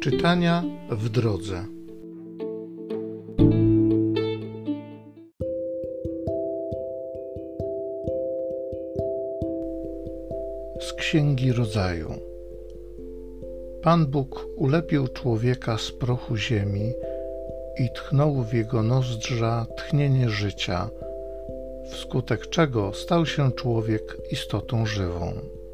Czytania w drodze. Z Księgi Rodzaju. Pan Bóg ulepił człowieka z prochu ziemi i tchnął w jego nozdrza tchnienie życia, wskutek czego stał się człowiek istotą żywą.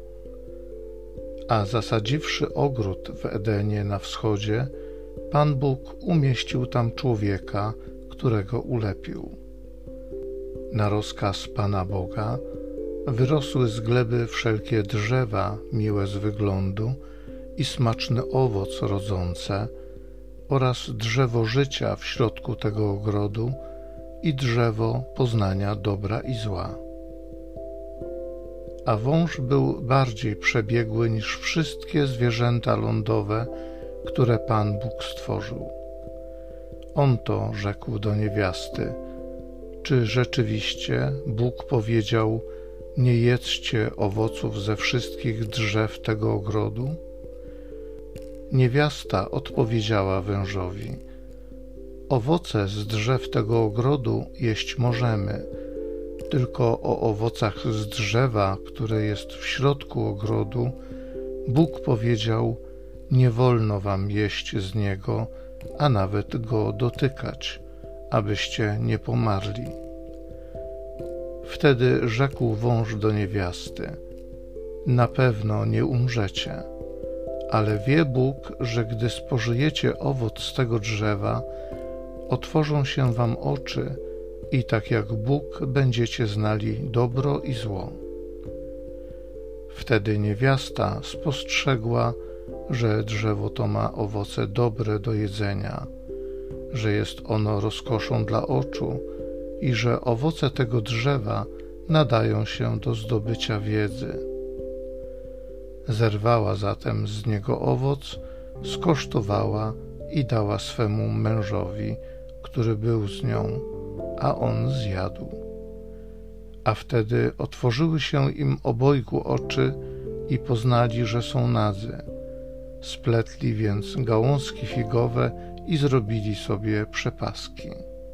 A zasadziwszy ogród w Edenie na wschodzie, Pan Bóg umieścił tam człowieka, którego ulepił. Na rozkaz Pana Boga wyrosły z gleby wszelkie drzewa miłe z wyglądu i smaczny owoc rodzące oraz drzewo życia w środku tego ogrodu i drzewo poznania dobra i zła. A wąż był bardziej przebiegły niż wszystkie zwierzęta lądowe, które Pan Bóg stworzył. On to rzekł do niewiasty: czy rzeczywiście Bóg powiedział: nie jedzcie owoców ze wszystkich drzew tego ogrodu? Niewiasta odpowiedziała wężowi: owoce z drzew tego ogrodu jeść możemy, tylko o owocach z drzewa, które jest w środku ogrodu, Bóg powiedział: nie wolno wam jeść z niego, a nawet go dotykać, abyście nie pomarli. Wtedy rzekł wąż do niewiasty: na pewno nie umrzecie, ale wie Bóg, że gdy spożyjecie owoc z tego drzewa, otworzą się wam oczy i tak jak Bóg będziecie znali dobro i zło. Wtedy niewiasta spostrzegła, że drzewo to ma owoce dobre do jedzenia, że jest ono rozkoszą dla oczu i że owoce tego drzewa nadają się do zdobycia wiedzy. Zerwała zatem z niego owoc, skosztowała i dała swemu mężowi, który był z nią, a on zjadł. A wtedy otworzyły się im obojgu oczy i poznali, że są nadzy. Spletli więc gałązki figowe i zrobili sobie przepaski.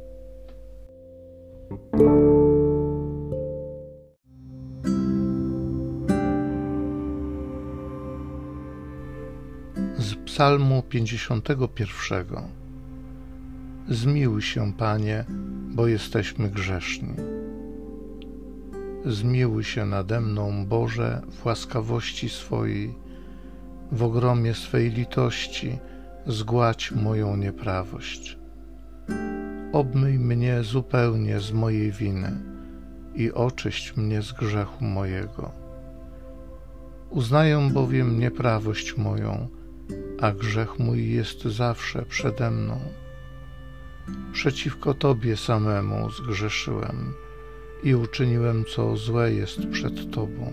Z Psalmu 51. Zmiłuj się, Panie, bo jesteśmy grzeszni. Zmiłuj się nade mną, Boże, w łaskawości swojej, w ogromie swej litości zgładź moją nieprawość. Obmyj mnie zupełnie z mojej winy i oczyść mnie z grzechu mojego. Uznaję bowiem nieprawość moją, a grzech mój jest zawsze przede mną. Przeciwko Tobie samemu zgrzeszyłem i uczyniłem, co złe jest przed Tobą.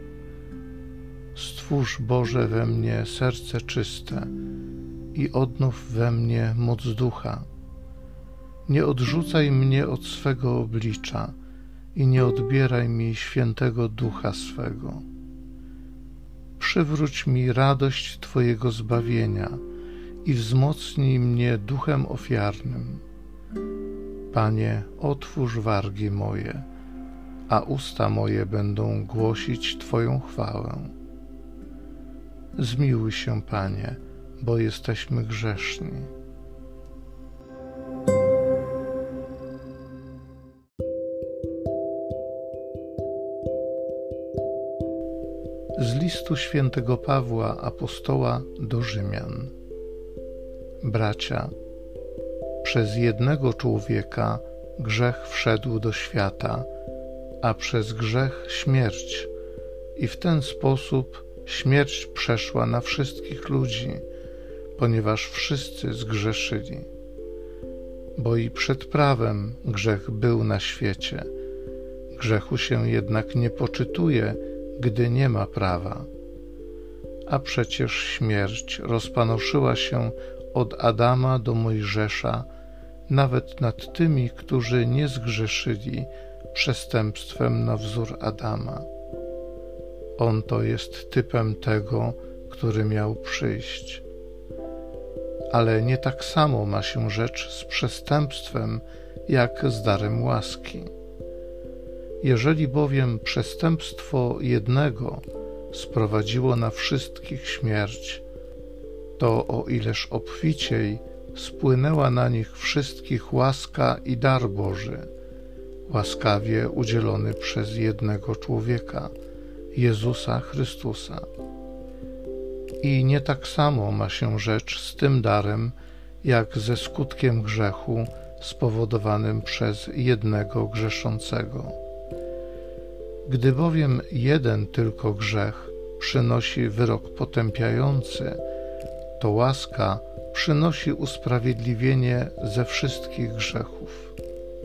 Stwórz, Boże, we mnie serce czyste i odnów we mnie moc ducha. Nie odrzucaj mnie od swego oblicza i nie odbieraj mi świętego ducha swego. Przywróć mi radość Twojego zbawienia i wzmocnij mnie duchem ofiarnym. Panie, otwórz wargi moje, a usta moje będą głosić Twoją chwałę. Zmiłuj się, Panie, bo jesteśmy grzeszni. Z listu świętego Pawła apostoła do Rzymian. Bracia, przez jednego człowieka grzech wszedł do świata, a przez grzech śmierć, i w ten sposób śmierć przeszła na wszystkich ludzi, ponieważ wszyscy zgrzeszyli. Bo i przed prawem grzech był na świecie, grzechu się jednak nie poczytuje, gdy nie ma prawa. A przecież śmierć rozpanoszyła się od Adama do Mojżesza, nawet nad tymi, którzy nie zgrzeszyli przestępstwem na wzór Adama. On to jest typem tego, który miał przyjść. ale nie tak samo ma się rzecz z przestępstwem, jak z darem łaski. Jeżeli bowiem przestępstwo jednego sprowadziło na wszystkich śmierć, to o ileż obficiej spłynęła na nich wszystkich łaska i dar Boży, łaskawie udzielony przez jednego człowieka, Jezusa Chrystusa. I nie tak samo ma się rzecz z tym darem, jak ze skutkiem grzechu spowodowanym przez jednego grzeszącego. Gdy bowiem jeden tylko grzech przynosi wyrok potępiający, to łaska przynosi usprawiedliwienie ze wszystkich grzechów.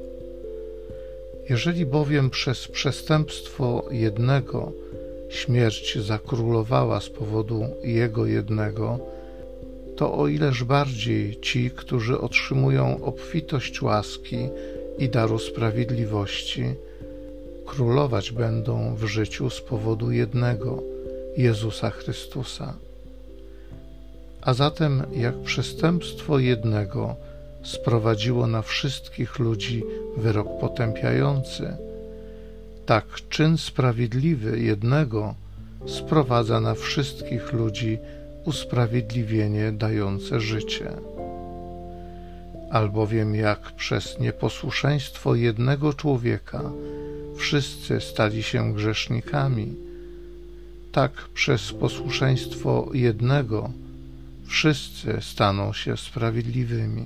Jeżeli bowiem przez przestępstwo jednego śmierć zakrólowała z powodu jego jednego, to o ileż bardziej ci, którzy otrzymują obfitość łaski i daru sprawiedliwości, królować będą w życiu z powodu jednego, Jezusa Chrystusa. A zatem jak przestępstwo jednego sprowadziło na wszystkich ludzi wyrok potępiający, tak czyn sprawiedliwy jednego sprowadza na wszystkich ludzi usprawiedliwienie dające życie. Albowiem jak przez nieposłuszeństwo jednego człowieka wszyscy stali się grzesznikami, tak przez posłuszeństwo jednego wszyscy staną się sprawiedliwymi.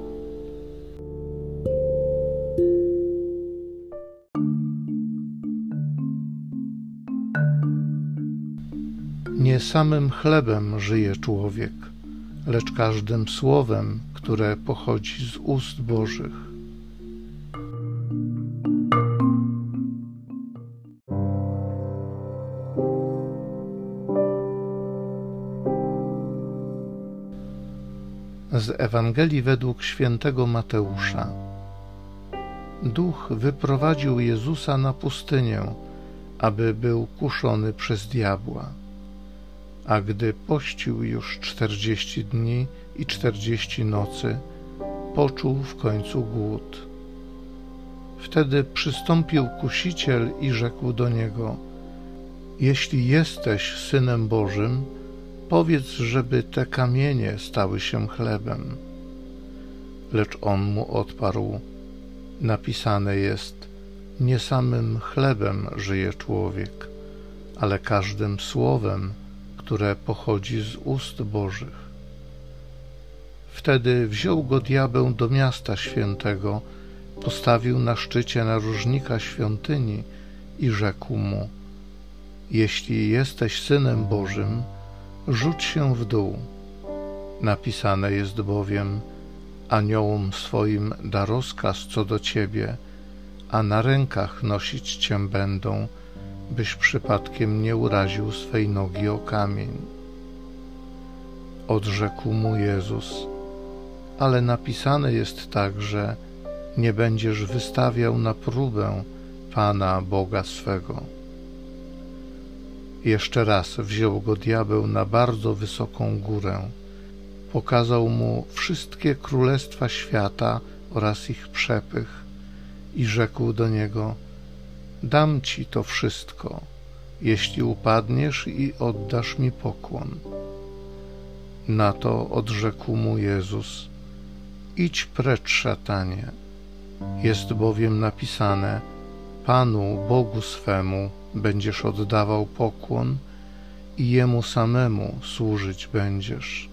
Nie samym chlebem żyje człowiek, lecz każdym słowem, które pochodzi z ust Bożych. Z Ewangelii według świętego Mateusza. Duch wyprowadził Jezusa na pustynię, aby był kuszony przez diabła. A gdy pościł już 40 dni i 40 nocy, poczuł w końcu głód. Wtedy przystąpił kusiciel i rzekł do niego: Jeśli jesteś Synem Bożym, powiedz, żeby te kamienie stały się chlebem. Lecz on mu odparł: Napisane jest, nie samym chlebem żyje człowiek, ale każdym słowem, które pochodzi z ust Bożych. Wtedy wziął go diabeł do miasta świętego, postawił na szczycie narożnika świątyni i rzekł mu: Jeśli jesteś Synem Bożym, rzuć się w dół. Napisane jest bowiem: Aniołom swoim da rozkaz co do ciebie, a na rękach nosić cię będą, byś przypadkiem nie uraził swej nogi o kamień. Odrzekł mu Jezus: Ale napisane jest także: Nie będziesz wystawiał na próbę Pana Boga swego. Jeszcze raz wziął go diabeł na bardzo wysoką górę, pokazał mu wszystkie królestwa świata oraz ich przepych i rzekł do niego: Dam ci to wszystko, jeśli upadniesz i oddasz mi pokłon. Na to odrzekł mu Jezus: Idź precz, szatanie, jest bowiem napisane: Panu Bogu swemu będziesz oddawał pokłon i Jemu samemu służyć będziesz.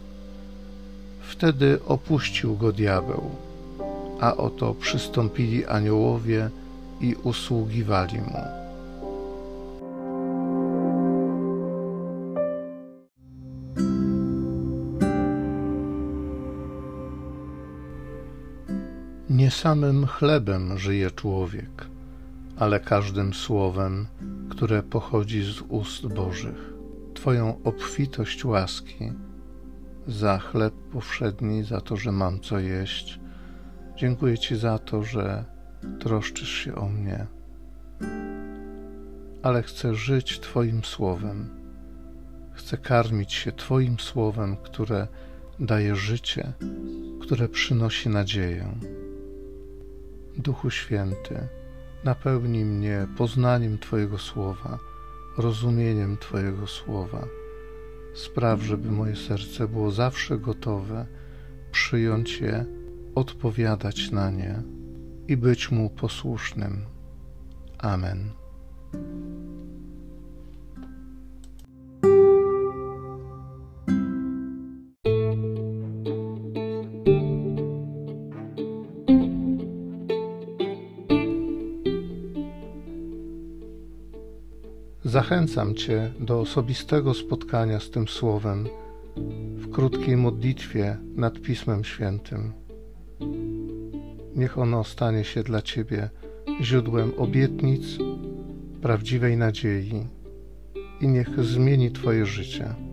Wtedy opuścił go diabeł, a oto przystąpili aniołowie i usługiwali mu. Nie samym chlebem żyje człowiek, ale każdym słowem, które pochodzi z ust Bożych. Twoją obfitość łaski, za chleb powszedni, za to, że mam co jeść. Dziękuję Ci za to, że troszczysz się o mnie, ale chcę żyć Twoim słowem. Chcę karmić się Twoim słowem, które daje życie, które przynosi nadzieję. Duchu Święty, napełnij mnie poznaniem Twojego Słowa, rozumieniem Twojego Słowa. Spraw, żeby moje serce było zawsze gotowe przyjąć je, odpowiadać na nie i być Mu posłusznym. Amen. Zachęcam Cię do osobistego spotkania z tym Słowem w krótkiej modlitwie nad Pismem Świętym. Niech ono stanie się dla Ciebie źródłem obietnic, prawdziwej nadziei i niech zmieni Twoje życie.